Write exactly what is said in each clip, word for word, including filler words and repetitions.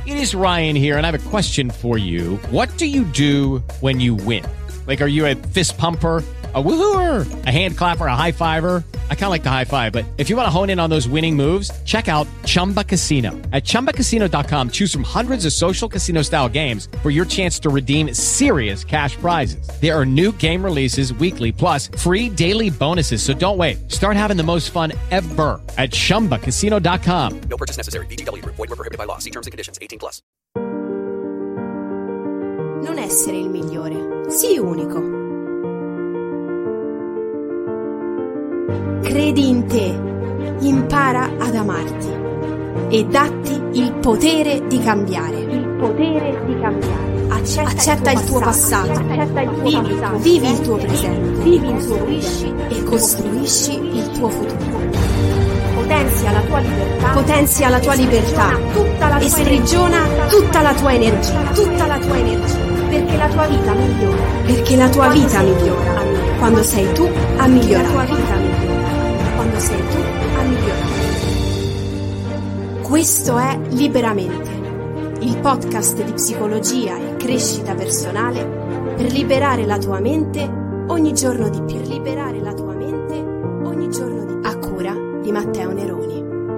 It is Ryan here, and I have a question for you. What do you do when you win? Like, are you a fist pumper, a woohooer, a hand clapper, a high fiver? I kind of like the high five, but if you want to hone in on those winning moves, check out Chumba Casino. At chumba casino dot com, choose from hundreds of social casino style games for your chance to redeem serious cash prizes. There are new game releases weekly, plus free daily bonuses. So don't wait. Start having the most fun ever at chumba casino dot com. No purchase necessary. V G W Group. Void where prohibited by law. See terms and conditions. eighteen plus. Non essere il migliore, sii unico. Credi in te, impara ad amarti e datti il potere di cambiare. Il potere di cambiare. Accetta, Accetta il tuo passato, Accetta il tuo vivi, passato. vivi il tuo presente, vivi il tuo costruisci e costruisci il tuo futuro. Potenzia la tua libertà, potenzia la tua libertà tutta la tua e sprigiona energia, tutta la tua energia, tutta la tua energia, perché la tua vita migliora, perché la tua quando vita migliora, migliora quando sei tu a migliorare, la tua vita migliora quando sei tu a migliorare. Questo è Liberamente, il podcast di psicologia e crescita personale per liberare la tua mente ogni giorno di più, per liberare la tua mente ogni giorno di più, a cura di Matteo Neroni.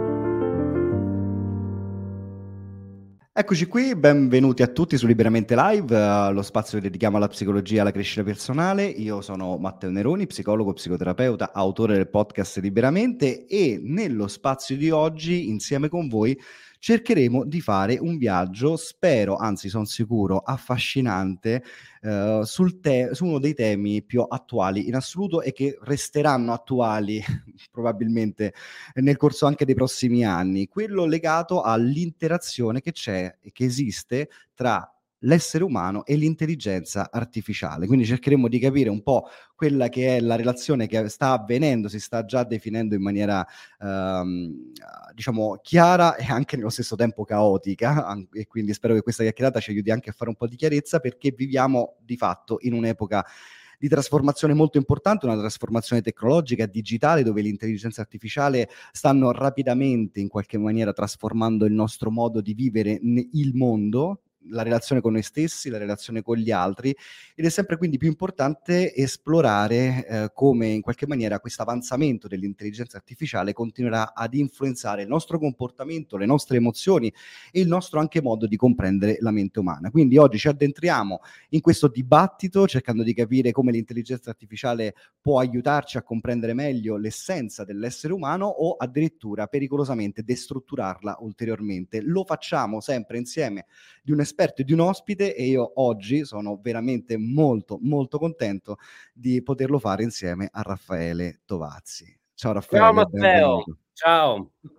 Eccoci qui, benvenuti a tutti su Liberamente Live, uh, lo spazio che dedichiamo alla psicologia e alla crescita personale. Io sono Matteo Neroni, psicologo, psicoterapeuta, autore del podcast Liberamente, e nello spazio di oggi, insieme con voi, cercheremo di fare un viaggio, spero, anzi sono sicuro, affascinante, eh, sul te- su uno dei temi più attuali in assoluto e che resteranno attuali probabilmente nel corso anche dei prossimi anni, quello legato all'interazione che c'è e che esiste tra l'essere umano e l'intelligenza artificiale. Quindi cercheremo di capire un po' quella che è la relazione che sta avvenendo, si sta già definendo in maniera ehm, diciamo chiara e anche nello stesso tempo caotica, e quindi spero che questa chiacchierata ci aiuti anche a fare un po' di chiarezza, perché viviamo di fatto in un'epoca di trasformazione molto importante, una trasformazione tecnologica, digitale, dove l'intelligenza artificiale stanno rapidamente in qualche maniera trasformando il nostro modo di vivere il mondo, la relazione con noi stessi, la relazione con gli altri, ed è sempre quindi più importante esplorare eh, come in qualche maniera questo avanzamento dell'intelligenza artificiale continuerà ad influenzare il nostro comportamento, le nostre emozioni e il nostro anche modo di comprendere la mente umana. Quindi oggi ci addentriamo in questo dibattito cercando di capire come l'intelligenza artificiale può aiutarci a comprendere meglio l'essenza dell'essere umano o addirittura pericolosamente destrutturarla ulteriormente. Lo facciamo sempre insieme di un esperto e di un ospite, e io oggi sono veramente molto molto contento di poterlo fare insieme a Raffaele Tovazzi. Ciao Raffaele. Ciao Matteo, benvenuto. ciao.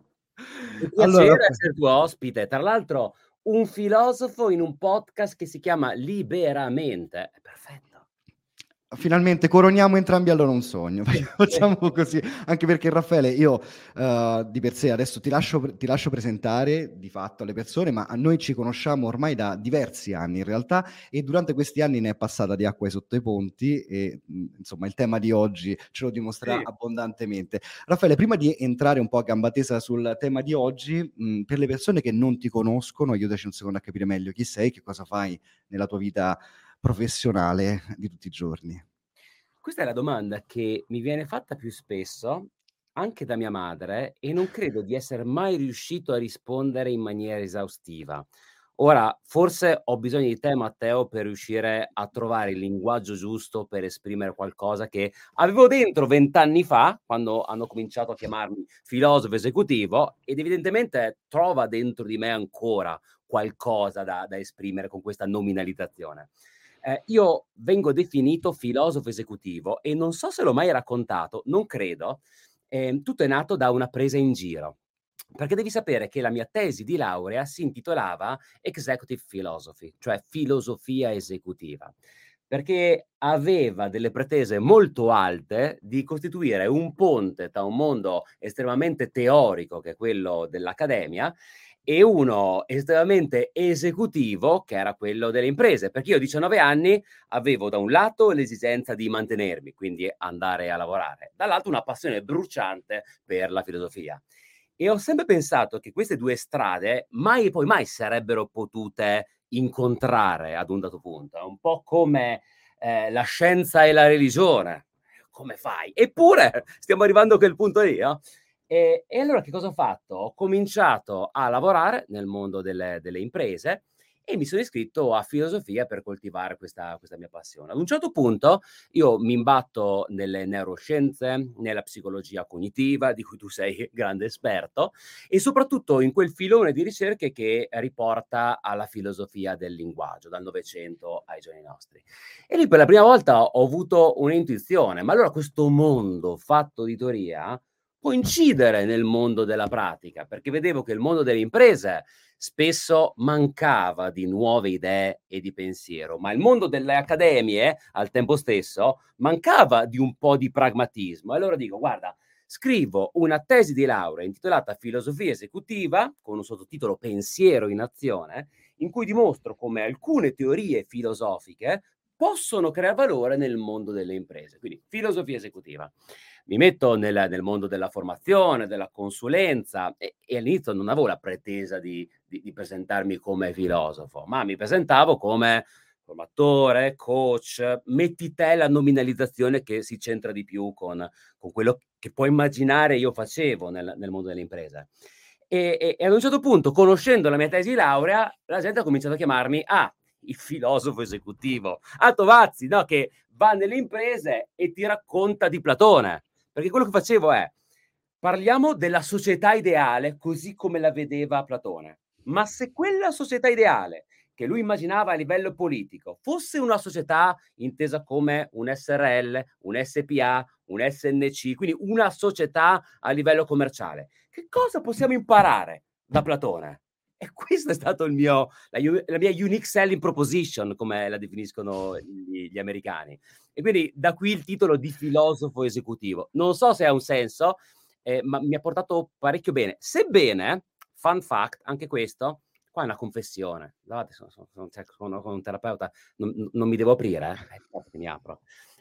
Un piacere allora, essere tuo ospite. Tra l'altro un filosofo in un podcast che si chiama Liberamente. È perfetto. Finalmente coroniamo entrambi allora un sogno, facciamo così, anche perché Raffaele, io uh, di per sé adesso ti lascio, ti lascio presentare di fatto alle persone, ma a noi ci conosciamo ormai da diversi anni in realtà, e durante questi anni ne è passata di acqua sotto i ponti e mh, insomma il tema di oggi ce lo dimostra sì. abbondantemente. Raffaele, prima di entrare un po' a gamba tesa sul tema di oggi, mh, per le persone che non ti conoscono, aiutaci un secondo a capire meglio chi sei, che cosa fai nella tua vita professionale di tutti i giorni. Questa è la domanda che mi viene fatta più spesso anche da mia madre, e non credo di essere mai riuscito a rispondere in maniera esaustiva. Ora, forse ho bisogno di te, Matteo, per riuscire a trovare il linguaggio giusto per esprimere qualcosa che avevo dentro vent'anni fa, quando hanno cominciato a chiamarmi filosofo esecutivo, ed evidentemente trova dentro di me ancora qualcosa da, da esprimere con questa nominalizzazione. Eh, io vengo definito filosofo esecutivo e non so se l'ho mai raccontato, non credo. Eh, tutto è nato da una presa in giro, perché devi sapere che la mia tesi di laurea si intitolava Executive Philosophy, cioè filosofia esecutiva, perché aveva delle pretese molto alte di costituire un ponte tra un mondo estremamente teorico, che è quello dell'accademia, e uno estremamente esecutivo, che era quello delle imprese, perché io a diciannove anni avevo da un lato l'esigenza di mantenermi, quindi andare a lavorare, dall'altro una passione bruciante per la filosofia. E ho sempre pensato che queste due strade mai e poi mai sarebbero potute incontrare ad un dato punto. È un po' come eh, la scienza e la religione. Come fai? Eppure stiamo arrivando a quel punto lì, no? E, e allora che cosa ho fatto? Ho cominciato a lavorare nel mondo delle, delle imprese e mi sono iscritto a filosofia per coltivare questa, questa mia passione. Ad un certo punto io mi imbatto nelle neuroscienze, nella psicologia cognitiva, di cui tu sei grande esperto, e soprattutto in quel filone di ricerche che riporta alla filosofia del linguaggio, dal Novecento ai giorni nostri. E lì per la prima volta ho avuto un'intuizione, ma allora questo mondo fatto di teoria può incidere nel mondo della pratica, perché vedevo che il mondo delle imprese spesso mancava di nuove idee e di pensiero, ma il mondo delle accademie al tempo stesso mancava di un po' di pragmatismo. E allora dico, guarda, scrivo una tesi di laurea intitolata Filosofia esecutiva, con un sottotitolo Pensiero in azione, in cui dimostro come alcune teorie filosofiche possono creare valore nel mondo delle imprese. Quindi filosofia esecutiva. Mi metto nel, nel mondo della formazione, della consulenza e, e all'inizio non avevo la pretesa di, di, di presentarmi come filosofo, ma mi presentavo come formatore, coach, metti te la nominalizzazione che si centra di più con, con quello che puoi immaginare io facevo nel, nel mondo delle imprese. E, e, e ad un certo punto, conoscendo la mia tesi di laurea, la gente ha cominciato a chiamarmi ah, il filosofo esecutivo, ah Tovazzi, no, che va nelle imprese e ti racconta di Platone. Perché quello che facevo è, parliamo della società ideale così come la vedeva Platone. Ma se quella società ideale che lui immaginava a livello politico fosse una società intesa come un S R L, un S P A, un S N C, quindi una società a livello commerciale, che cosa possiamo imparare da Platone? E questo è stato il mio, la, la mia unique selling proposition, come la definiscono gli, gli americani. E quindi da qui il titolo di filosofo esecutivo. Non so se ha un senso, eh, ma mi ha portato parecchio bene. Sebbene, fun fact, anche questo, qua è una confessione. Guardate, sono, sono, sono, sono con un terapeuta, non, non mi devo aprire, eh? Eh, mi apro.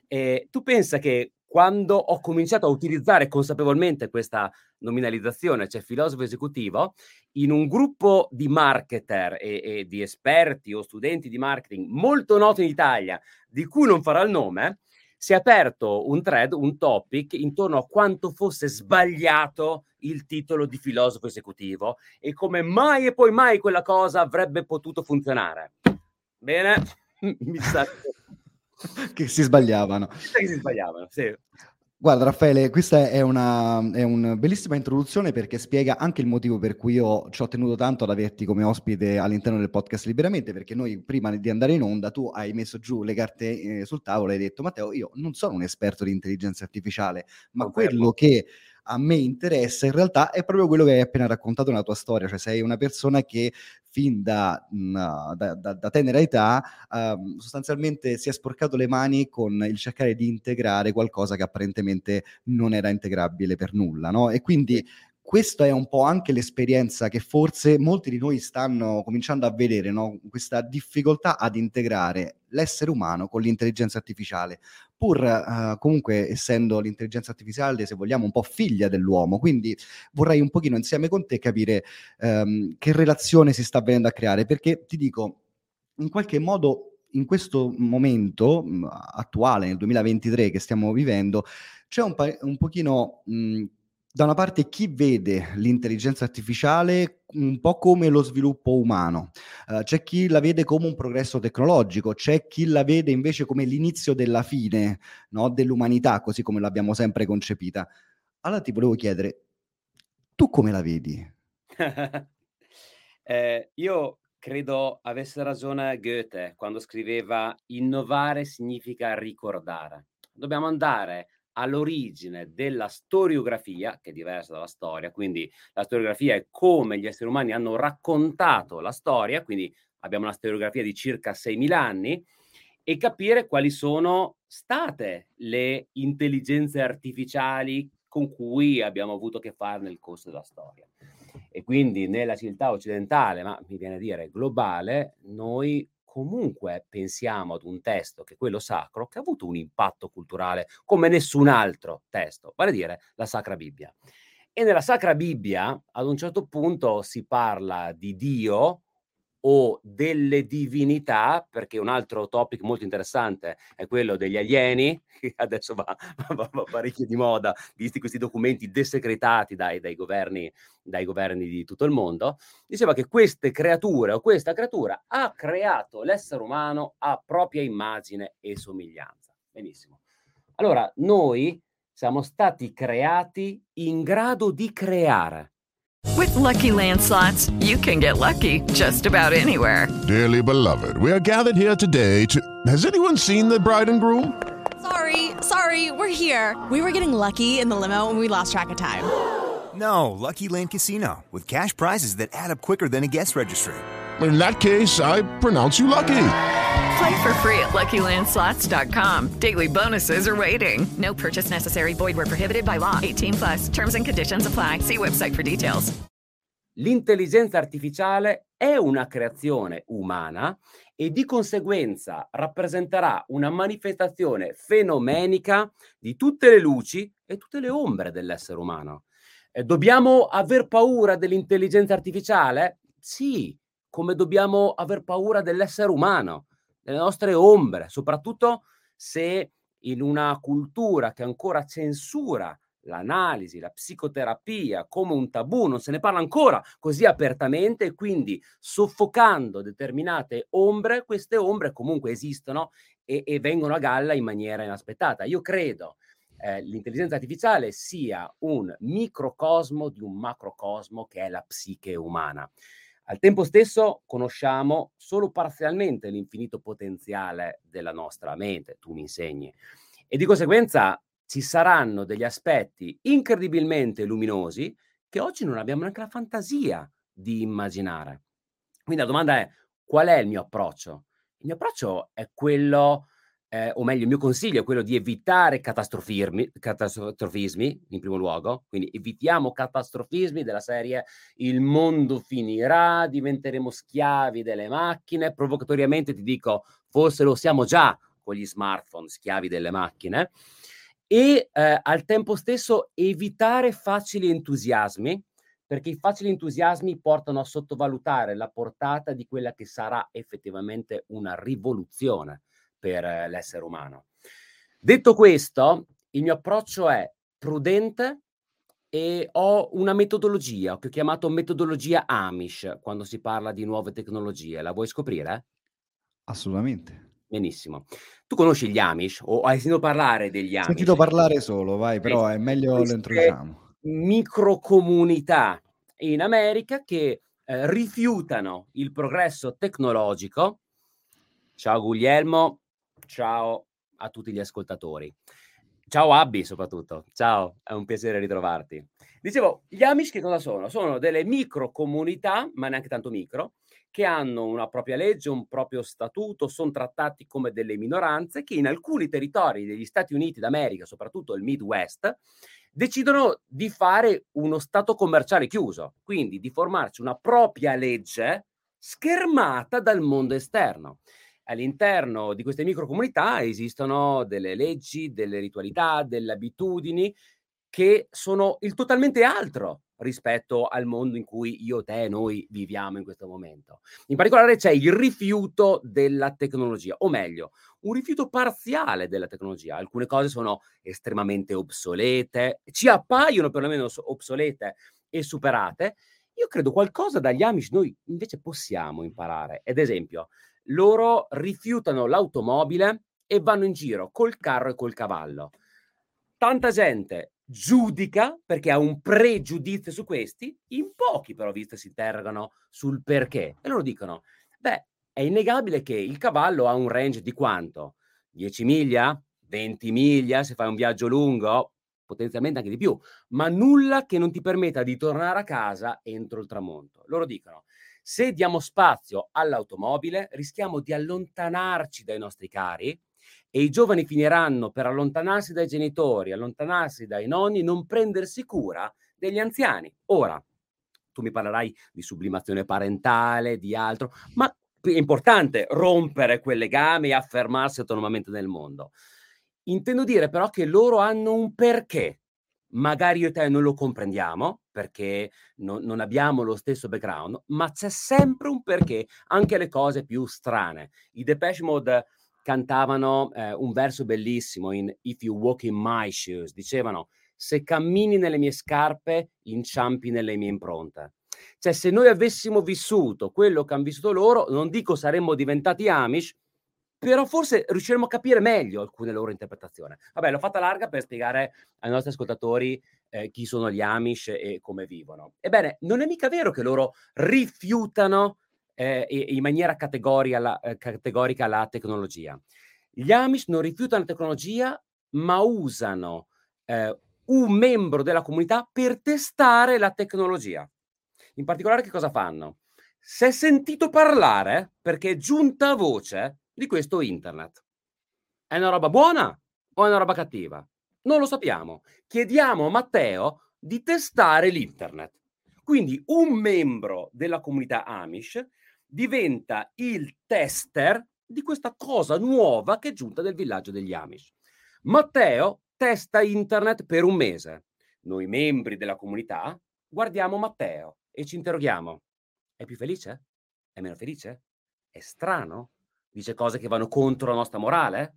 E tu pensa che quando ho cominciato a utilizzare consapevolmente questa nominalizzazione, cioè filosofo esecutivo, in un gruppo di marketer e, e di esperti o studenti di marketing molto noto in Italia, di cui non farò il nome, si è aperto un thread, un topic intorno a quanto fosse sbagliato il titolo di filosofo esecutivo e come mai e poi mai quella cosa avrebbe potuto funzionare. Bene, mi sa che si sbagliavano. Che si sbagliavano, sì. Guarda Raffaele, questa è una, è una bellissima introduzione perché spiega anche il motivo per cui io ci ho tenuto tanto ad averti come ospite all'interno del podcast Liberamente, perché noi prima di andare in onda tu hai messo giù le carte eh, sul tavolo e hai detto Matteo, io non sono un esperto di intelligenza artificiale, ma Confermo. quello che a me interessa in realtà è proprio quello che hai appena raccontato nella tua storia, cioè sei una persona che fin da, mh, da, da, da tenera età uh, sostanzialmente si è sporcato le mani con il cercare di integrare qualcosa che apparentemente non era integrabile per nulla, no? E quindi questa è un po' anche l'esperienza che forse molti di noi stanno cominciando a vedere, no? Questa difficoltà ad integrare l'essere umano con l'intelligenza artificiale, pur uh, comunque essendo l'intelligenza artificiale, se vogliamo, un po' figlia dell'uomo. Quindi vorrei un pochino insieme con te capire um, che relazione si sta venendo a creare, perché ti dico, in qualche modo in questo momento mh, attuale, nel duemilaventitré che stiamo vivendo, c'è un, pa- un pochino... Mh, da una parte chi vede l'intelligenza artificiale un po' come lo sviluppo umano, uh, c'è chi la vede come un progresso tecnologico, c'è chi la vede invece come l'inizio della fine, no? Dell'umanità, così come l'abbiamo sempre concepita. Allora ti volevo chiedere, tu come la vedi? eh, io credo avesse ragione Goethe quando scriveva innovare significa ricordare. Dobbiamo andare all'origine della storiografia, che è diversa dalla storia, quindi la storiografia è come gli esseri umani hanno raccontato la storia, quindi abbiamo una storiografia di circa seimila anni, e capire quali sono state le intelligenze artificiali con cui abbiamo avuto a che fare nel corso della storia. E quindi nella civiltà occidentale, ma mi viene a dire globale, noi comunque pensiamo ad un testo che è quello sacro, che ha avuto un impatto culturale come nessun altro testo, vale a dire la Sacra Bibbia. E nella Sacra Bibbia, ad un certo punto, si parla di Dio o delle divinità, perché un altro topic molto interessante è quello degli alieni, che adesso va, va, va parecchio di moda, visti questi documenti desecretati dai, dai, governi, dai governi di tutto il mondo. Diceva che queste creature o questa creatura ha creato l'essere umano a propria immagine e somiglianza. Benissimo. Allora, noi siamo stati creati in grado di creare. With Lucky Land Slots, you can get lucky just about anywhere. Dearly beloved, we are gathered here today to... Has anyone seen the bride and groom? Sorry, sorry, we're here. We were getting lucky in the limo and we lost track of time. No, Lucky Land Casino, with cash prizes that add up quicker than a guest registry. In that case, I pronounce you lucky. Play for free at lucky land slots dot com. Daily bonuses are waiting. No purchase necessary. Void where prohibited by law. eighteen plus. Terms and conditions apply. See website for details. L'intelligenza artificiale è una creazione umana e di conseguenza rappresenterà una manifestazione fenomenica di tutte le luci e tutte le ombre dell'essere umano. Eh, dobbiamo aver paura dell'intelligenza artificiale? Sì, come dobbiamo aver paura dell'essere umano, delle nostre ombre, soprattutto se in una cultura che ancora censura l'analisi, la psicoterapia come un tabù, non se ne parla ancora così apertamente e quindi soffocando determinate ombre, queste ombre comunque esistono e, e vengono a galla in maniera inaspettata. Io credo eh, l'intelligenza artificiale sia un microcosmo di un macrocosmo che è la psiche umana. Al tempo stesso conosciamo solo parzialmente l'infinito potenziale della nostra mente, tu mi insegni, e di conseguenza ci saranno degli aspetti incredibilmente luminosi che oggi non abbiamo neanche la fantasia di immaginare. Quindi la domanda è: qual è il mio approccio? Il mio approccio è quello, eh, o meglio il mio consiglio è quello di evitare catastrofismi, catastrofismi in primo luogo, quindi evitiamo catastrofismi della serie il mondo finirà, diventeremo schiavi delle macchine, provocatoriamente ti dico forse lo siamo già con gli smartphone, schiavi delle macchine, e eh, al tempo stesso evitare facili entusiasmi, perché i facili entusiasmi portano a sottovalutare la portata di quella che sarà effettivamente una rivoluzione per eh, l'essere umano. Detto questo, il mio approccio è prudente e ho una metodologia che ho chiamato metodologia Amish quando si parla di nuove tecnologie. La vuoi scoprire? Assolutamente. Benissimo. Tu conosci gli Amish o hai sentito parlare degli Amish? Ho sentito parlare solo, vai, però è meglio lo introduciamo. Microcomunità in America che eh, rifiutano il progresso tecnologico. Ciao Guglielmo, ciao a tutti gli ascoltatori. Ciao Abby soprattutto, ciao, è un piacere ritrovarti. Dicevo, gli Amish che cosa sono? Sono delle microcomunità, ma neanche tanto micro, che hanno una propria legge, un proprio statuto, sono trattati come delle minoranze che in alcuni territori degli Stati Uniti d'America, soprattutto il Midwest, decidono di fare uno stato commerciale chiuso, quindi di formarci una propria legge schermata dal mondo esterno. All'interno di queste microcomunità esistono delle leggi, delle ritualità, delle abitudini che sono il totalmente altro rispetto al mondo in cui io, te, noi viviamo in questo momento. In particolare c'è il rifiuto della tecnologia, o meglio, un rifiuto parziale della tecnologia. Alcune cose sono estremamente obsolete, ci appaiono perlomeno obsolete e superate. Io credo qualcosa dagli Amish noi invece possiamo imparare. Ad esempio, loro rifiutano l'automobile e vanno in giro col carro e col cavallo. Tanta gente giudica perché ha un pregiudizio su questi, in pochi però visto si interrogano sul perché e loro dicono: beh, è innegabile che il cavallo ha un range di quanto? dieci miglia? venti miglia se fai un viaggio lungo? Potenzialmente anche di più, ma nulla che non ti permetta di tornare a casa entro il tramonto. Loro dicono: se diamo spazio all'automobile rischiamo di allontanarci dai nostri cari e i giovani finiranno per allontanarsi dai genitori, allontanarsi dai nonni, non prendersi cura degli anziani. Ora, tu mi parlerai di sublimazione parentale, di altro, ma è importante rompere quel legame e affermarsi autonomamente nel mondo. Intendo dire però che loro hanno un perché magari io e te non lo comprendiamo perché no, non abbiamo lo stesso background, ma c'è sempre un perché, anche le cose più strane. I Depeche Mode cantavano eh, un verso bellissimo in If You Walk in My Shoes, dicevano: se cammini nelle mie scarpe, inciampi nelle mie impronte. Cioè, se noi avessimo vissuto quello che hanno vissuto loro, non dico saremmo diventati Amish, però forse riusciremo a capire meglio alcune loro interpretazioni. Vabbè, l'ho fatta larga per spiegare ai nostri ascoltatori eh, chi sono gli Amish e come vivono. Ebbene, non è mica vero che loro rifiutano eh, in maniera categorica la, eh, categorica la tecnologia. Gli Amish non rifiutano la tecnologia, ma usano eh, un membro della comunità per testare la tecnologia. In particolare, che cosa fanno? Si è sentito parlare, perché è giunta voce, di questo internet. È una roba buona o è una roba cattiva? Non lo sappiamo. Chiediamo a Matteo di testare l'internet. Quindi un membro della comunità Amish diventa il tester di questa cosa nuova che è giunta del villaggio degli Amish. Matteo testa internet per un mese. Noi membri della comunità guardiamo Matteo e ci interroghiamo: è più felice? È meno felice? È strano? Dice cose che vanno contro la nostra morale?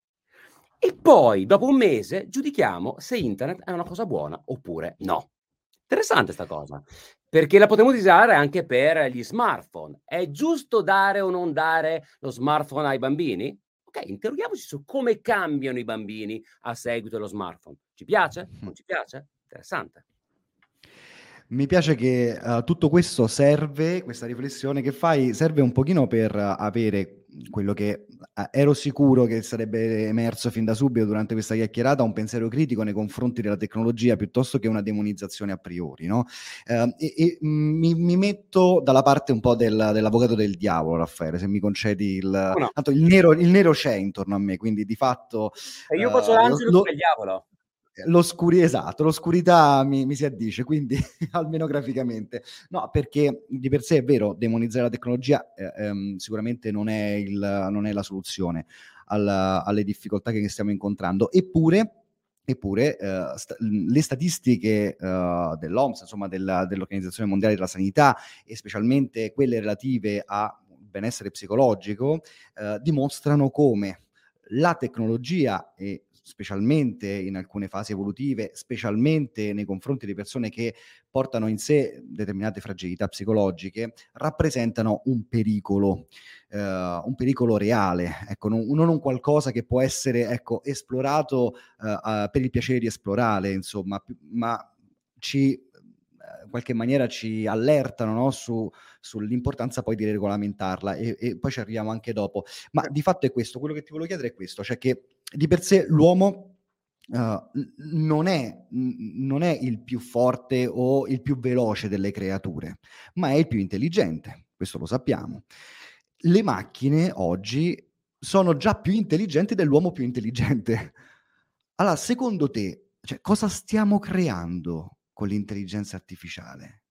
E poi, dopo un mese, giudichiamo se internet è una cosa buona oppure no. Interessante sta cosa, perché la potremmo usare anche per gli smartphone. È giusto dare o non dare lo smartphone ai bambini? Ok, interroghiamoci su come cambiano i bambini a seguito dello smartphone. Ci piace? Non ci piace? Interessante. Mi piace che uh, tutto questo serve, questa riflessione che fai, serve un pochino per uh, avere quello che uh, ero sicuro che sarebbe emerso fin da subito durante questa chiacchierata, un pensiero critico nei confronti della tecnologia piuttosto che una demonizzazione a priori, no? Uh, e e mi, mi metto dalla parte un po' del, dell'avvocato del diavolo, Raffaele, se mi concedi il... Oh no. Tanto il nero, il nero c'è intorno a me, quindi di fatto... E io uh, faccio l'angelo lo, come il diavolo. L'oscuri, esatto, l'oscurità mi, mi si addice, quindi almeno graficamente. No, perché di per sé è vero, demonizzare la tecnologia eh, ehm, sicuramente non è, il, non è la soluzione alla, alle difficoltà che stiamo incontrando. Eppure, eppure eh, sta, le statistiche eh, dell'O M S, insomma della, dell'Organizzazione Mondiale della Sanità, e specialmente quelle relative al benessere psicologico, eh, dimostrano come la tecnologia, e specialmente in alcune fasi evolutive, specialmente nei confronti di persone che portano in sé determinate fragilità psicologiche, rappresentano un pericolo, eh, un pericolo reale, ecco, non, non un qualcosa che può essere, ecco, esplorato eh, uh, per il piacere di esplorare, insomma, ma ci in qualche maniera ci allertano, no? Su, sull'importanza poi di regolamentarla, e, e poi ci arriviamo anche dopo. Ma di fatto è questo, quello che ti volevo chiedere è questo, cioè che di per sé l'uomo uh, non è, non è il più forte o il più veloce delle creature, ma è il più intelligente, questo lo sappiamo. Le macchine oggi sono già più intelligenti dell'uomo più intelligente. Allora, secondo te, cioè, cosa stiamo creando con l'intelligenza artificiale?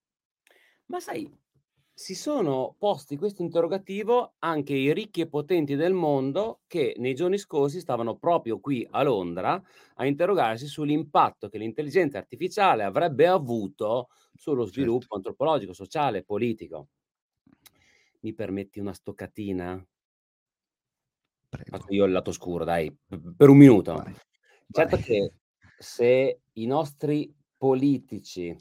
Ma sai, si sono posti questo interrogativo anche i ricchi e potenti del mondo, che nei giorni scorsi stavano proprio qui a Londra a interrogarsi sull'impatto che l'intelligenza artificiale avrebbe avuto sullo sviluppo certo. antropologico, sociale e politico. Mi permetti una stoccatina? Prego. Faccio io il lato scuro, dai, per un minuto. Vai, certo vai. Che se i nostri politici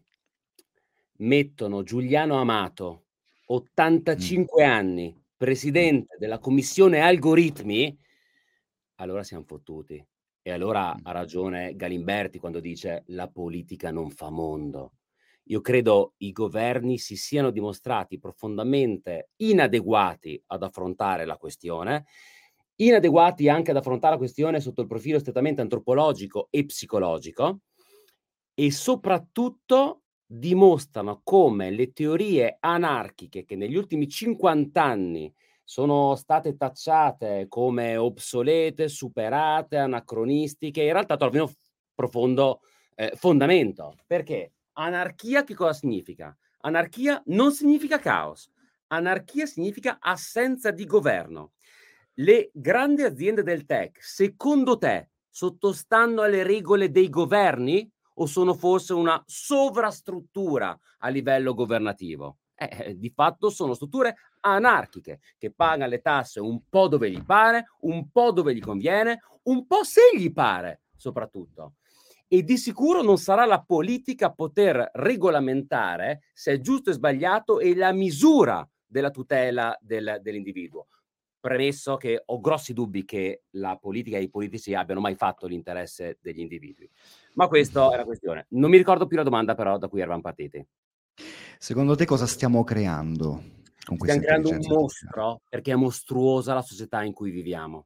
mettono Giuliano Amato, ottantacinque mm. anni, presidente della commissione algoritmi, allora siamo fottuti. E allora ha ragione Galimberti quando dice la politica non fa mondo. Io credo i governi si siano dimostrati profondamente inadeguati ad affrontare la questione, inadeguati anche ad affrontare la questione sotto il profilo strettamente antropologico e psicologico, e soprattutto dimostrano come le teorie anarchiche che negli ultimi cinquanta anni sono state tacciate come obsolete, superate, anacronistiche, in realtà trovino profondo eh, fondamento. Perché anarchia che cosa significa? Anarchia non significa caos, anarchia significa assenza di governo. Le grandi aziende del tech, secondo te, sottostanno alle regole dei governi o sono forse una sovrastruttura a livello governativo? Eh, di fatto sono strutture anarchiche che pagano le tasse un po' dove gli pare, un po' dove gli conviene, un po' se gli pare soprattutto. E di sicuro non sarà la politica a poter regolamentare se è giusto e sbagliato e la misura della tutela del, dell'individuo. Premesso che ho grossi dubbi che la politica e i politici abbiano mai fatto l'interesse degli individui. Ma questa è la questione. Non mi ricordo più la domanda però da cui eravamo partiti. Secondo te cosa stiamo creando con questa Stiamo creando un intelligenza mostro perché è mostruosa la società in cui viviamo.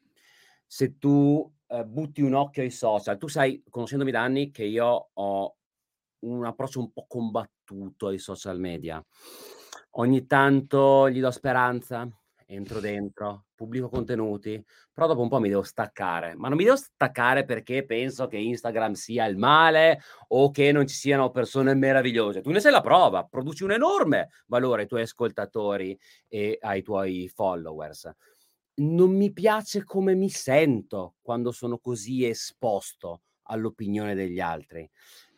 Se tu eh, butti un occhio ai social, tu sai, conoscendomi da anni, che io ho un approccio un po' combattuto ai social media. Ogni tanto gli do speranza, entro dentro, pubblico contenuti, però dopo un po' mi devo staccare. Ma non mi devo staccare perché penso che Instagram sia il male o che non ci siano persone meravigliose. Tu ne sei la prova, produci un enorme valore ai tuoi ascoltatori e ai tuoi followers. Non mi piace come mi sento quando sono così esposto all'opinione degli altri,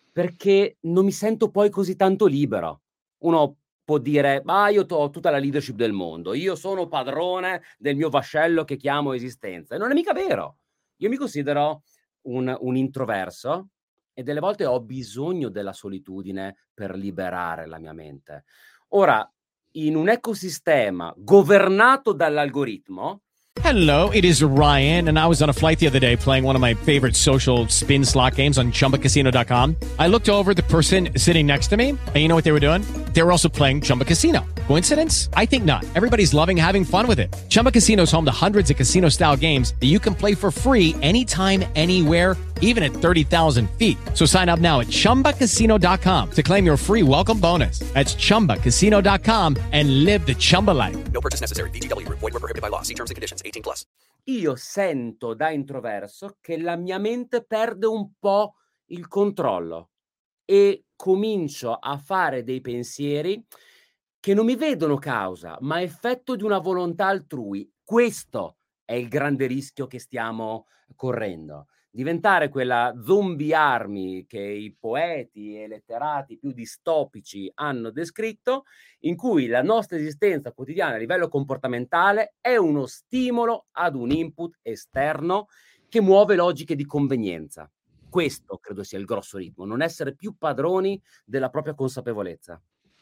perché non mi sento poi così tanto libero. Uno può dire, ma io ho tutta la leadership del mondo, io sono padrone del mio vascello che chiamo esistenza. E non è mica vero. Io mi considero un, un introverso e delle volte ho bisogno della solitudine per liberare la mia mente. Ora, in un ecosistema governato dall'algoritmo. Hello, it is Ryan, and I was on a flight the other day playing one of my favorite social spin slot games on Chumba Casino dot com. I looked over at the person sitting next to me, and you know what they were doing? They were also playing Chumba Casino. Coincidence? I think not. Everybody's loving having fun with it. Chumba Casino is home to hundreds of casino-style games that you can play for free anytime, anywhere, even at thirty thousand feet. So sign up now at Chumba Casino dot com to claim your free welcome bonus. That's Chumba Casino dot com and live the Chumba life. No purchase necessary. V G W. Void where prohibited by law. See terms and conditions. eighteen plus. Io sento da introverso che la mia mente perde un po' il controllo e comincio a fare dei pensieri che non mi vedono causa, ma effetto di una volontà altrui. Questo è il grande rischio che stiamo correndo. Diventare quella zombie army che i poeti e letterati più distopici hanno descritto, in cui la nostra esistenza quotidiana a livello comportamentale è uno stimolo ad un input esterno che muove logiche di convenienza. Questo credo sia il grosso ritmo, non essere più padroni della propria consapevolezza.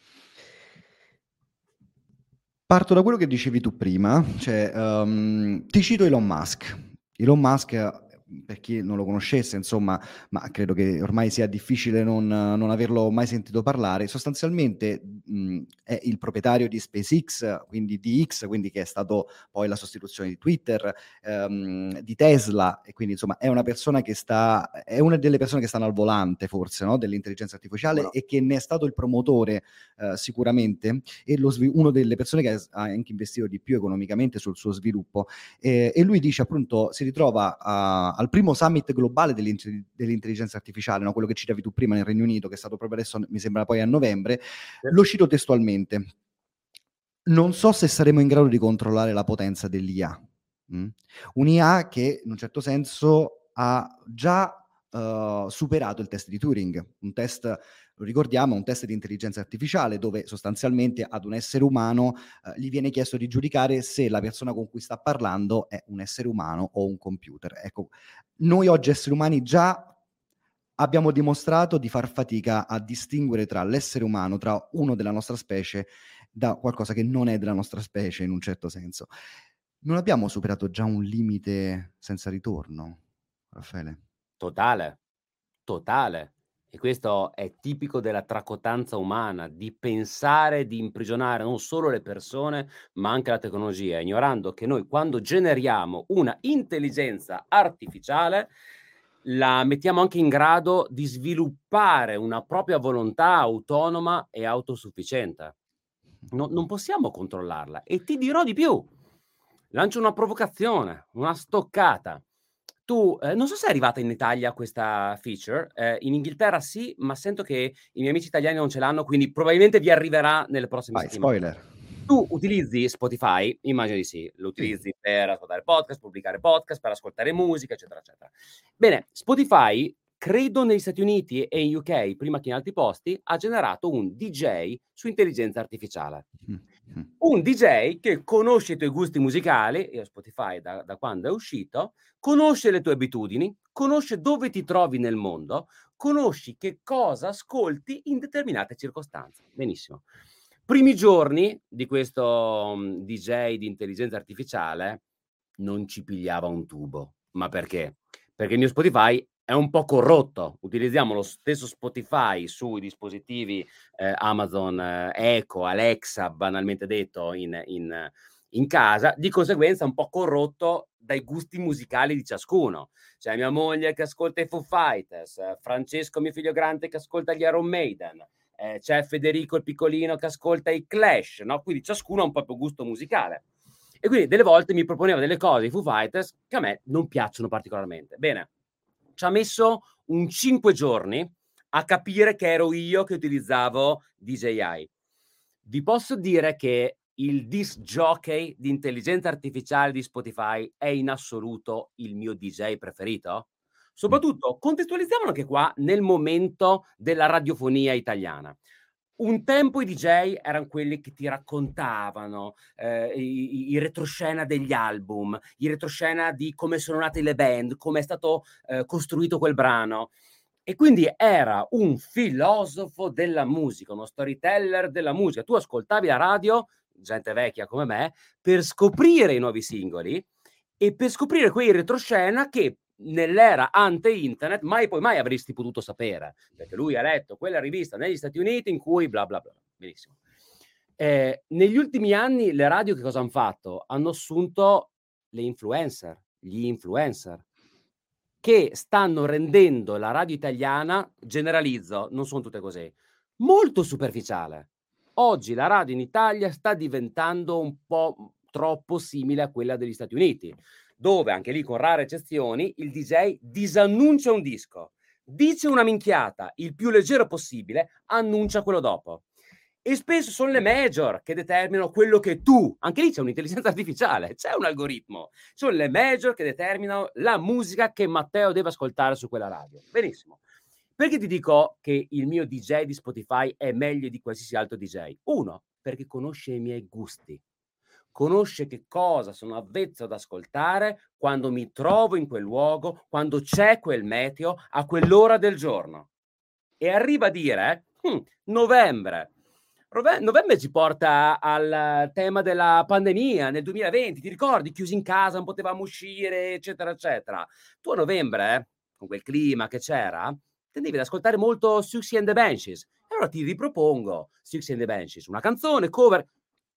Parto da quello che dicevi tu prima, cioè um, ti cito Elon Musk. Elon Musk, per chi non lo conoscesse, insomma, ma credo che ormai sia difficile non, non averlo mai sentito parlare, sostanzialmente mh, è il proprietario di SpaceX, quindi di X, quindi che è stato poi la sostituzione di Twitter, ehm, di Tesla, e quindi insomma è una persona che sta, è una delle persone che stanno al volante forse, no, dell'intelligenza artificiale, no. E che ne è stato il promotore eh, sicuramente, e lo svi- una delle persone che ha anche investito di più economicamente sul suo sviluppo, eh, e lui dice appunto, si ritrova a al primo summit globale dell'intelligenza artificiale, no? Quello che citavi tu prima nel Regno Unito, che è stato proprio adesso, mi sembra poi a novembre, sì. Lo cito testualmente: non so se saremo in grado di controllare la potenza dell'I A. Mm? Un'I A che in un certo senso ha già uh, superato il test di Turing, un test, lo ricordiamo, un test di intelligenza artificiale dove sostanzialmente ad un essere umano uh, gli viene chiesto di giudicare se la persona con cui sta parlando è un essere umano o un computer. Ecco, noi oggi esseri umani già abbiamo dimostrato di far fatica a distinguere tra l'essere umano, tra uno della nostra specie, da qualcosa che non è della nostra specie in un certo senso. Non abbiamo superato già un limite senza ritorno, Raffaele? Totale, totale. E questo è tipico della tracotanza umana, di pensare di imprigionare non solo le persone, ma anche la tecnologia, ignorando che noi quando generiamo una intelligenza artificiale la mettiamo anche in grado di sviluppare una propria volontà autonoma e autosufficiente. No, non possiamo controllarla. E ti dirò di più. Lancio una provocazione, una stoccata. Tu, eh, non so se è arrivata in Italia questa feature, eh, in Inghilterra sì, ma sento che i miei amici italiani non ce l'hanno, quindi probabilmente vi arriverà nelle prossime Vai, settimane. Spoiler. Tu utilizzi Spotify? Immagino di sì, lo utilizzi sì. per ascoltare podcast, pubblicare podcast, per ascoltare musica, eccetera, eccetera. Bene, Spotify credo negli Stati Uniti e in U K, prima che in altri posti, ha generato un D J su intelligenza artificiale. Mm-hmm. Un D J che conosce i tuoi gusti musicali, e Spotify da, da quando è uscito, conosce le tue abitudini, conosce dove ti trovi nel mondo, conosci che cosa ascolti in determinate circostanze. Benissimo. Primi giorni di questo um, D J di intelligenza artificiale non ci pigliava un tubo. Ma perché? Perché il mio Spotify è un po' corrotto. Utilizziamo lo stesso Spotify sui dispositivi eh, Amazon eh, Echo, Alexa, banalmente detto, in, in, in casa, di conseguenza un po' corrotto dai gusti musicali di ciascuno. C'è mia moglie che ascolta i Foo Fighters, eh, Francesco, mio figlio grande, che ascolta gli Iron Maiden, eh, c'è Federico il piccolino che ascolta i Clash, no? Quindi ciascuno ha un proprio gusto musicale. E quindi delle volte mi proponeva delle cose, i Foo Fighters, che a me non piacciono particolarmente. Bene, ci ha messo un cinque giorni a capire che ero io che utilizzavo D J I. Vi posso dire che il disc jockey di intelligenza artificiale di Spotify è in assoluto il mio D J preferito. Soprattutto, contestualizziamolo anche qua nel momento della radiofonia italiana. Un tempo i D J erano quelli che ti raccontavano eh, i, i retroscena degli album, i retroscena di come sono nate le band, come è stato eh, costruito quel brano. E quindi era un filosofo della musica, uno storyteller della musica. Tu ascoltavi la radio, gente vecchia come me, per scoprire i nuovi singoli e per scoprire quei retroscena che nell'era ante-internet mai poi mai avresti potuto sapere, perché lui ha letto quella rivista negli Stati Uniti in cui bla bla bla. Benissimo. Eh, negli ultimi anni le radio che cosa hanno fatto? Hanno assunto le influencer, gli influencer, che stanno rendendo la radio italiana, generalizzo, non sono tutte così, molto superficiale. Oggi la radio in Italia sta diventando un po' troppo simile a quella degli Stati Uniti, dove anche lì con rare eccezioni il D J disannuncia un disco, dice una minchiata il più leggero possibile, annuncia quello dopo. E spesso sono le major che determinano quello che tu, anche lì c'è un'intelligenza artificiale, c'è un algoritmo, sono le major che determinano la musica che Matteo deve ascoltare su quella radio. Benissimo. Perché ti dico che il mio D J di Spotify è meglio di qualsiasi altro D J? Uno, perché conosce i miei gusti. Conosce che cosa sono avvezzo ad ascoltare quando mi trovo in quel luogo, quando c'è quel meteo, a quell'ora del giorno. E arriva a dire, hm, novembre. Novembre ci porta al tema della pandemia nel duemilaventi, ti ricordi? Chiusi in casa, non potevamo uscire, eccetera, eccetera. Tu a novembre, con quel clima che c'era, tendevi ad ascoltare molto Siouxsie and the Banshees. E allora ti ripropongo Siouxsie and the Banshees, una canzone, cover.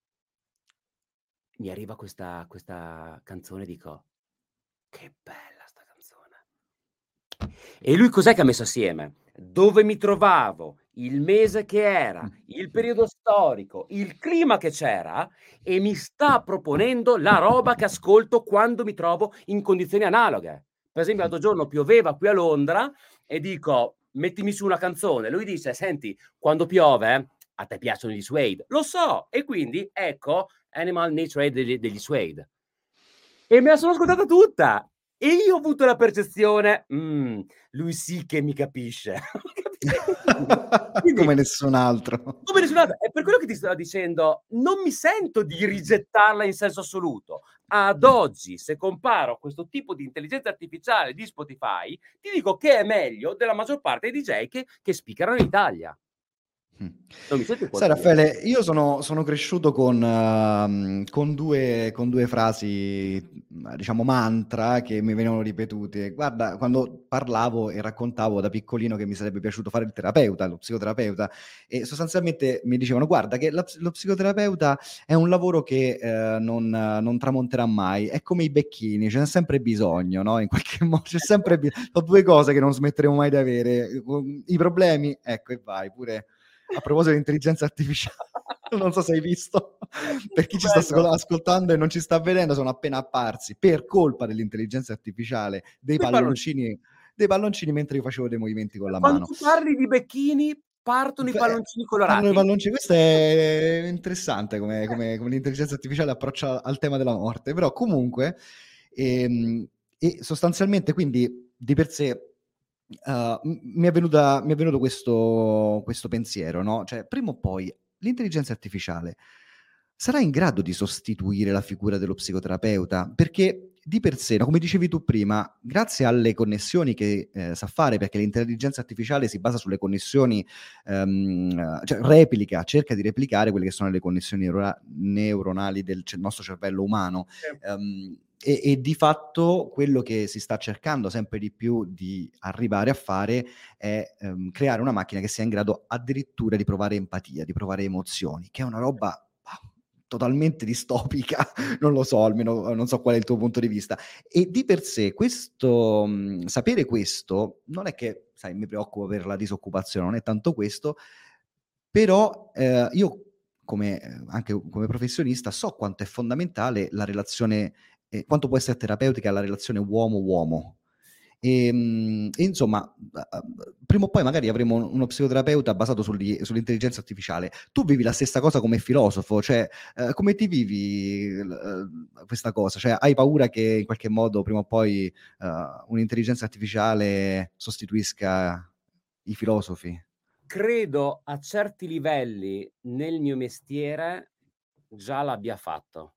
Mi arriva questa, questa canzone e dico, che bella sta canzone. E lui cos'è che ha messo assieme? Dove mi trovavo, il mese che era, il periodo storico, il clima che c'era, e mi sta proponendo la roba che ascolto quando mi trovo in condizioni analoghe. Per esempio l'altro giorno pioveva qui a Londra e dico, mettimi su una canzone. Lui dice, senti, quando piove a te piacciono gli Suede? Lo so, e quindi ecco Animal Nature degli, degli Suede. E me la sono ascoltata tutta. E io ho avuto la percezione, mm, lui sì che mi capisce. Quindi, come nessun altro. Come nessun altro. È per quello che ti stavo dicendo, non mi sento di rigettarla in senso assoluto. Ad oggi, se comparo questo tipo di intelligenza artificiale di Spotify, ti dico che è meglio della maggior parte dei D J che, che spiccano in Italia. Non mi senti Sai Raffaele, io sono, sono cresciuto con, uh, con, due, con due frasi, diciamo mantra, che mi venivano ripetute. Guarda, quando parlavo e raccontavo da piccolino che mi sarebbe piaciuto fare il terapeuta, lo psicoterapeuta, e sostanzialmente mi dicevano, guarda che la, lo psicoterapeuta è un lavoro che uh, non, uh, non tramonterà mai, è come i becchini, ce n'è sempre bisogno, no? In qualche modo c'è sempre bisogno. Sono due cose che non smetteremo mai di avere, i problemi, ecco, e vai pure. A proposito di intelligenza artificiale, non so se hai visto, per chi ci sta ascoltando e non ci sta vedendo, sono appena apparsi per colpa dell'intelligenza artificiale dei palloncini, dei palloncini mentre io facevo dei movimenti con la Quando mano. Tu parli di becchini, partono Beh, i palloncini colorati. I palloncini. Questo è interessante come, come, come l'intelligenza artificiale approccia al tema della morte, però comunque ehm, e sostanzialmente quindi di per sé uh, mi è venuta, mi è venuto questo, questo pensiero, no? Cioè, prima o poi l'intelligenza artificiale sarà in grado di sostituire la figura dello psicoterapeuta? Perché di per sé, no, come dicevi tu prima, grazie alle connessioni che eh, sa fare, perché l'intelligenza artificiale si basa sulle connessioni, ehm, cioè replica, cerca di replicare quelle che sono le connessioni neuro- neuronali del ce- nostro cervello umano. Ehm, e, e di fatto quello che si sta cercando sempre di più di arrivare a fare è ehm, creare una macchina che sia in grado addirittura di provare empatia, di provare emozioni, che è una roba totalmente distopica, non lo so, almeno non so qual è il tuo punto di vista. E di per sé questo, mh, sapere questo, non è che, sai, mi preoccupo per la disoccupazione, non è tanto questo, però eh, io come, eh, anche come professionista so quanto è fondamentale la relazione, eh, quanto può essere terapeutica la relazione uomo-uomo. E, mh, e insomma, uh, prima o poi magari avremo uno psicoterapeuta basato sugli- sull'intelligenza artificiale. Tu vivi la stessa cosa come filosofo, cioè uh, come ti vivi uh, questa cosa? Cioè hai paura che in qualche modo prima o poi uh, un'intelligenza artificiale sostituisca i filosofi? Credo a certi livelli nel mio mestiere già l'abbia fatto,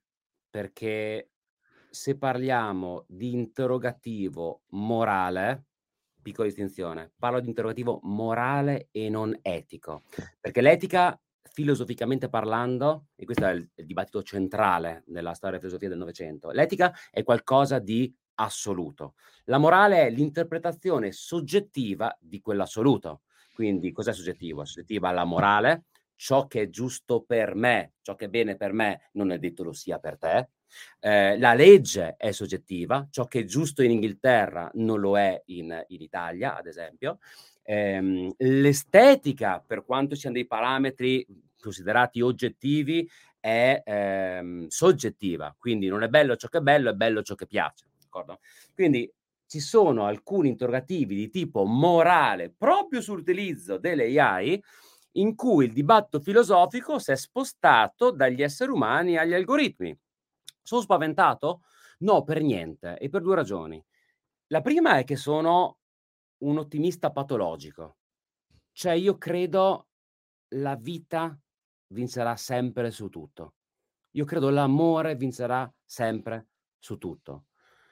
perché se parliamo di interrogativo morale, piccola distinzione, parlo di interrogativo morale e non etico, perché l'etica, filosoficamente parlando, e questo è il, il dibattito centrale nella storia della filosofia del Novecento, l'etica è qualcosa di assoluto. La morale è l'interpretazione soggettiva di quell'assoluto. Quindi cos'è soggettivo? È soggettiva la morale, ciò che è giusto per me, ciò che è bene per me, non è detto lo sia per te. Eh, la legge è soggettiva, ciò che è giusto in Inghilterra non lo è in, in Italia, ad esempio. Eh, l'estetica, per quanto siano dei parametri considerati oggettivi, è ehm, soggettiva, quindi non è bello ciò che è bello, è bello ciò che piace, d'accordo? Quindi ci sono alcuni interrogativi di tipo morale proprio sull'utilizzo delle A I in cui il dibattito filosofico si è spostato dagli esseri umani agli algoritmi. Sono spaventato? No, per niente, e per due ragioni. La prima è che sono un ottimista patologico, cioè io credo la vita vincerà sempre su tutto. Io credo l'amore vincerà sempre su tutto.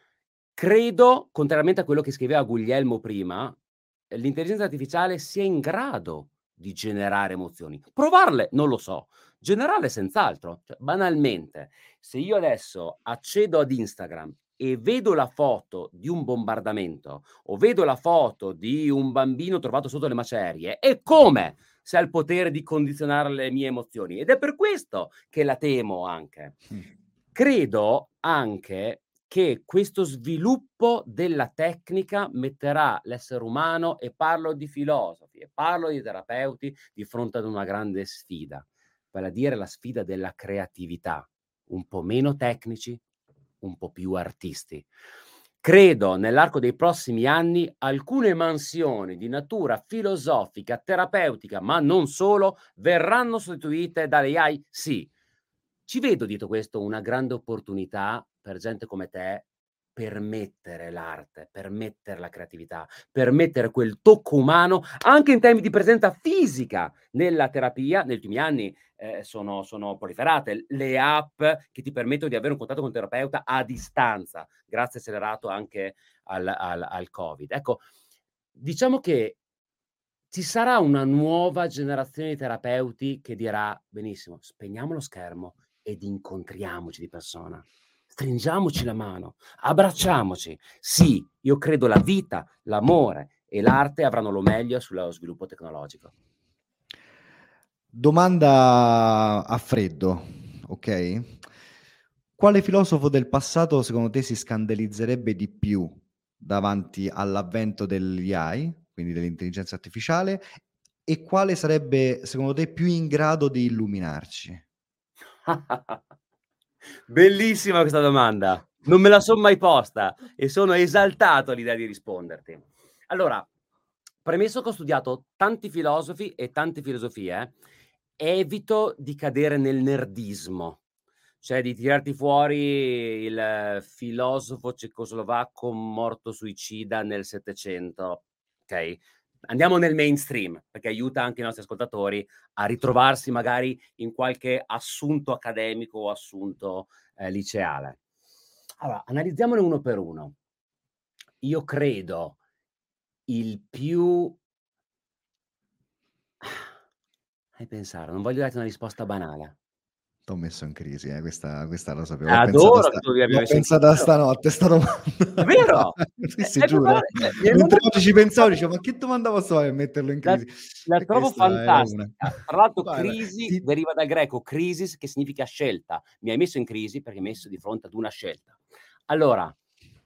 Credo, contrariamente a quello che scriveva Guglielmo prima, l'intelligenza artificiale sia in grado di generare emozioni. Provarle non lo so, generarle senz'altro. Cioè, banalmente, se io adesso accedo ad Instagram e vedo la foto di un bombardamento o vedo la foto di un bambino trovato sotto le macerie, è come se ha il potere di condizionare le mie emozioni. Ed è per questo che la temo anche. Credo anche che questo sviluppo della tecnica metterà l'essere umano, e parlo di filosofi, e parlo di terapeuti, di fronte ad una grande sfida, vale a dire la sfida della creatività, un po' meno tecnici, un po' più artisti. Credo nell'arco dei prossimi anni alcune mansioni di natura filosofica, terapeutica, ma non solo, verranno sostituite dalle A I, sì. Ci vedo dietro questo una grande opportunità per gente come te, per mettere l'arte, per mettere la creatività, per mettere quel tocco umano anche in termini di presenza fisica nella terapia. Negli ultimi anni eh, sono, sono proliferate le app che ti permettono di avere un contatto con un terapeuta a distanza, grazie accelerato anche al, al, al Covid. Ecco, diciamo che ci sarà una nuova generazione di terapeuti che dirà: benissimo, spegniamo lo schermo ed incontriamoci di persona. Stringiamoci la mano, abbracciamoci. Sì, io credo la vita, l'amore e l'arte avranno lo meglio sullo sviluppo tecnologico. Domanda a freddo, ok? Quale filosofo del passato secondo te si scandalizzerebbe di più davanti all'avvento degli A I, quindi dell'intelligenza artificiale, e quale sarebbe secondo te più in grado di illuminarci? Bellissima questa domanda, non me la sono mai posta e sono esaltato all'idea di risponderti. Allora, premesso che ho studiato tanti filosofi e tante filosofie, evito di cadere nel nerdismo, cioè di tirarti fuori il filosofo cecoslovacco morto suicida nel Settecento. ok? Andiamo nel mainstream, perché aiuta anche i nostri ascoltatori a ritrovarsi magari in qualche assunto accademico o assunto eh, liceale. Allora, analizziamone uno per uno. Io credo il più... Fai pensare, non voglio darti una risposta banale. T'ho messo in crisi, eh, questa, questa lo sapevo. Adoro che tu mi abbia messo in crisi. L'ho pensata stanotte, sta domanda. È vero? Sì, sì, giuro. Mentre oggi ci pensavo, dicevo, ma che domanda posso fare per metterlo in crisi? La, la trovo fantastica. Tra l'altro, Guarda, crisi ti... deriva dal greco crisis, che significa scelta. Mi hai messo in crisi perché mi hai messo di fronte ad una scelta. Allora,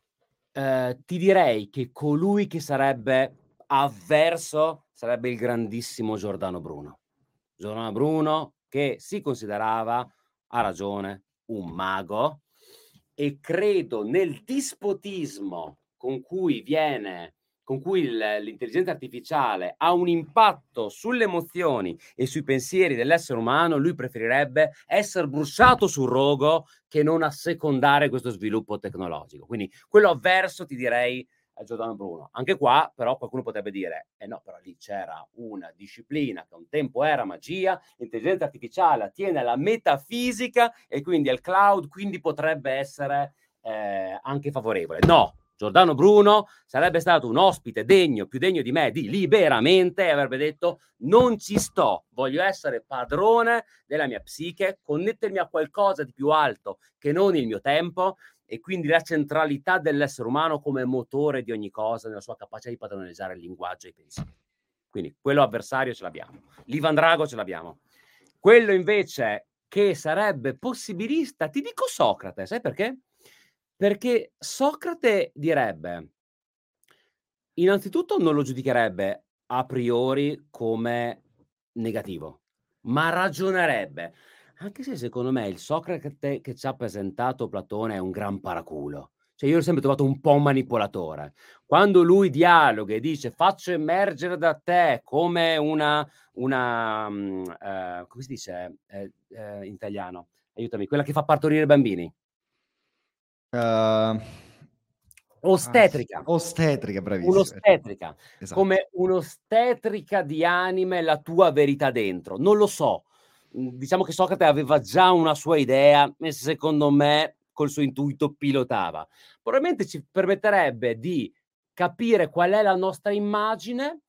eh, ti direi che colui che sarebbe avverso sarebbe il grandissimo Giordano Bruno. Giordano Bruno, che si considerava, ha ragione, un mago, e credo nel dispotismo con cui viene, con cui il, l'intelligenza artificiale ha un impatto sulle emozioni e sui pensieri dell'essere umano, lui preferirebbe essere bruciato sul rogo che non assecondare questo sviluppo tecnologico. Quindi quello avverso ti direi a Giordano Bruno. Anche qua però qualcuno potrebbe dire eh no, però lì c'era una disciplina che un tempo era magia, l'intelligenza artificiale attiene alla metafisica e quindi al cloud, quindi potrebbe essere eh, anche favorevole. No, Giordano Bruno sarebbe stato un ospite degno, più degno di me, di Liberamente, e avrebbe detto non ci sto, voglio essere padrone della mia psiche, connettermi a qualcosa di più alto che non il mio tempo, e quindi la centralità dell'essere umano come motore di ogni cosa, nella sua capacità di padroneggiare il linguaggio e i pensieri. Quindi quello avversario ce l'abbiamo, l'Ivan Drago ce l'abbiamo. Quello invece che sarebbe possibilista, ti dico Socrate, sai perché? Perché Socrate direbbe, innanzitutto non lo giudicherebbe a priori come negativo, ma ragionerebbe. Anche se secondo me il Socrate che ci ha presentato Platone è un gran paraculo. Cioè io l'ho sempre trovato un po' un manipolatore. Quando lui dialoga e dice faccio emergere da te come una, una um, uh, come si dice eh, eh, in italiano? Aiutami, quella che fa partorire i bambini. Uh... Ostetrica. Ah, ostetrica, bravissima. Un'ostetrica. Esatto. Come un'ostetrica di anime la tua verità dentro. Non lo so. Diciamo che Socrate aveva già una sua idea e secondo me col suo intuito pilotava. Probabilmente ci permetterebbe di capire qual è la nostra immagine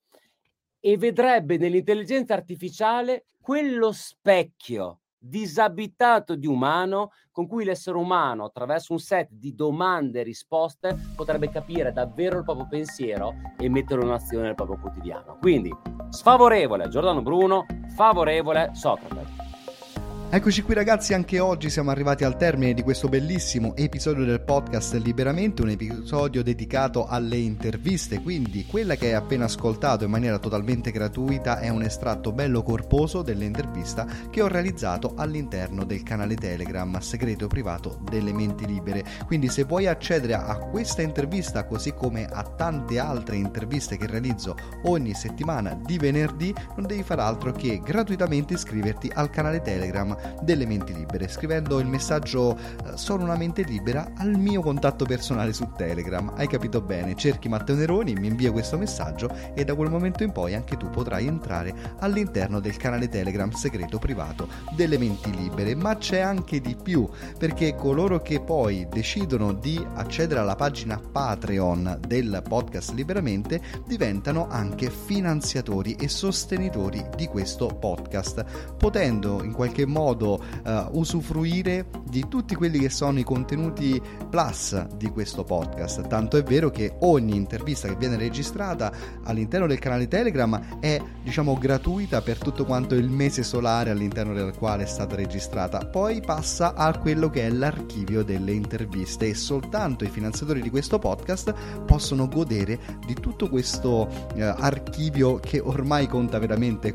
e vedrebbe nell'intelligenza artificiale quello specchio disabitato di umano con cui l'essere umano, attraverso un set di domande e risposte, potrebbe capire davvero il proprio pensiero e metterlo in azione nel proprio quotidiano. Quindi sfavorevole Giordano Bruno, favorevole Socrate. Eccoci qui ragazzi, anche oggi siamo arrivati al termine di questo bellissimo episodio del podcast Liberamente, un episodio dedicato alle interviste, quindi quella che hai appena ascoltato in maniera totalmente gratuita è un estratto bello corposo dell'intervista che ho realizzato all'interno del canale Telegram segreto privato delle menti libere. Quindi se vuoi accedere a questa intervista così come a tante altre interviste che realizzo ogni settimana di venerdì, non devi far altro che gratuitamente iscriverti al canale Telegram delle menti libere scrivendo il messaggio uh, sono una mente libera al mio contatto personale su Telegram. Hai capito bene, cerchi Matteo Neroni, mi invia questo messaggio e da quel momento in poi anche tu potrai entrare all'interno del canale Telegram segreto privato delle menti libere. Ma c'è anche di più, perché coloro che poi decidono di accedere alla pagina Patreon del podcast Liberamente diventano anche finanziatori e sostenitori di questo podcast, potendo in qualche modo modo uh, usufruire di tutti quelli che sono i contenuti plus di questo podcast. Tanto è vero che ogni intervista che viene registrata all'interno del canale Telegram è, diciamo, gratuita per tutto quanto il mese solare all'interno del quale è stata registrata, poi passa a quello che è l'archivio delle interviste e soltanto i finanziatori di questo podcast possono godere di tutto questo uh, archivio che ormai conta veramente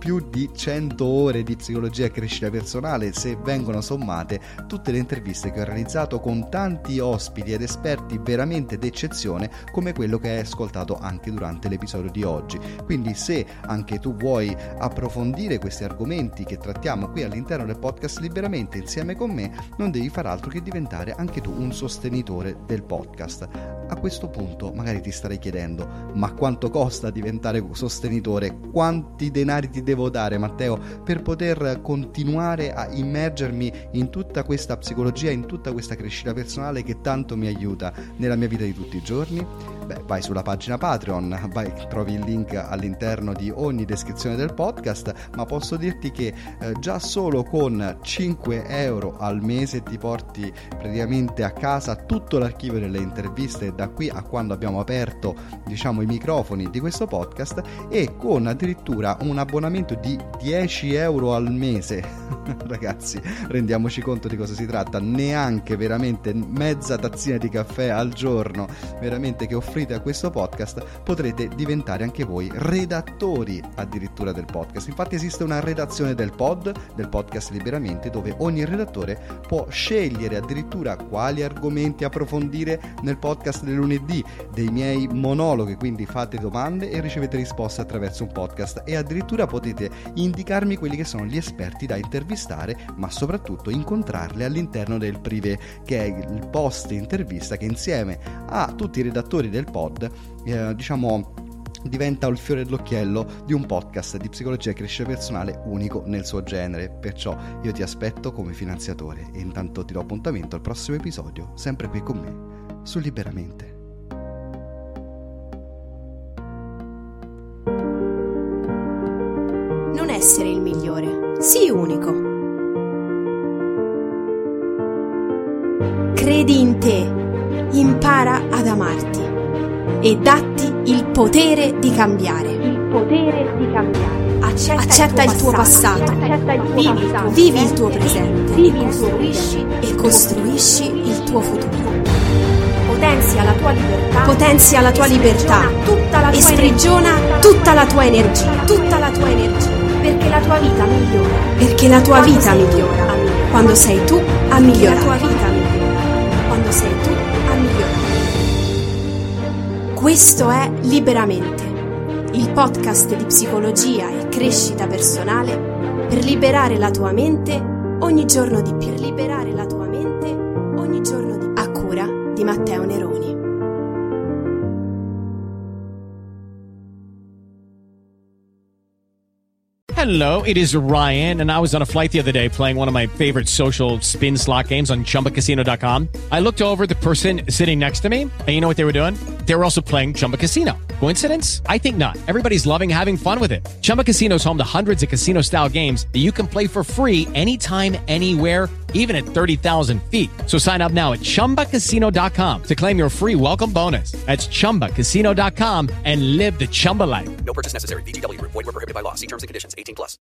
più di cento ore di psicologia e crescita personale se vengono sommate tutte le interviste che ho realizzato con tanti ospiti ed esperti veramente d'eccezione, come quello che hai ascoltato anche durante l'episodio di oggi. Quindi se anche tu vuoi approfondire questi argomenti che trattiamo qui all'interno del podcast Liberamente insieme con me, non devi far altro che diventare anche tu un sostenitore del podcast. A questo punto magari ti starei chiedendo: ma quanto costa diventare sostenitore? Quanti denari ti devo dare, Matteo, per poter continuare a immergermi in tutta questa psicologia, in tutta questa crescita personale che tanto mi aiuta nella mia vita di tutti i giorni? Beh, vai sulla pagina Patreon, vai, trovi il link all'interno di ogni descrizione del podcast, ma posso dirti che eh, già solo con cinque euro al mese ti porti praticamente a casa tutto l'archivio delle interviste da qui a quando abbiamo aperto, diciamo, i microfoni di questo podcast, e con addirittura un abbonamento di dieci euro al mese ragazzi, rendiamoci conto di cosa si tratta, neanche veramente mezza tazzina di caffè al giorno veramente che offrite a questo podcast, potrete diventare anche voi redattori addirittura del podcast. Infatti esiste una redazione del pod, del podcast Liberamente, dove ogni redattore può scegliere addirittura quali argomenti approfondire nel podcast del lunedì, dei miei monologhi, quindi fate domande e ricevete risposte attraverso un podcast, e addirittura potete indicarmi quelli che sono gli esperti da intervistare, ma soprattutto incontrarli all'interno del privé, che è il post intervista che insieme a tutti i redattori del pod eh, diciamo diventa il fiore dell'occhiello di un podcast di psicologia e crescita personale unico nel suo genere. Perciò io ti aspetto come finanziatore, e intanto ti do appuntamento al prossimo episodio, sempre qui con me su Liberamente. Non essere il migliore, sii unico. Credi in te, impara ad amarti e datti il potere di cambiare. Il potere di cambiare. Accetta, Accetta il tuo passato, Accetta il tuo vivi, passato. vivi il tuo presente, vivi costruisci e costruisci il tuo futuro. Potenzia la tua libertà, potenzia la tua libertà tutta la tua e sprigiona energia. tutta la tua energia, tutta la tua energia, perché la tua vita migliora, perché la tua quando vita migliora, tu, quando sei tu a migliorare, la tua vita migliora, quando sei tu a migliorare. Questo è Liberamente, il podcast di psicologia e crescita personale per liberare la tua mente ogni giorno di più, per liberare la tua mente ogni giorno di più, a cura di Matteo Neroni. Hello, it is Ryan, and I was on a flight the other day playing one of my favorite social spin slot games on Chumba Casino dot com. I looked over at the person sitting next to me, and you know what they were doing? They were also playing Chumba Casino. Coincidence? I think not. Everybody's loving having fun with it. Chumba Casino is home to hundreds of casino-style games that you can play for free anytime, anywhere, even at thirty thousand feet. So sign up now at Chumba Casino dot com to claim your free welcome bonus. That's Chumba Casino dot com and live the Chumba life. No purchase necessary. V G W. Void where prohibited by law. See terms and conditions. eighteen plus.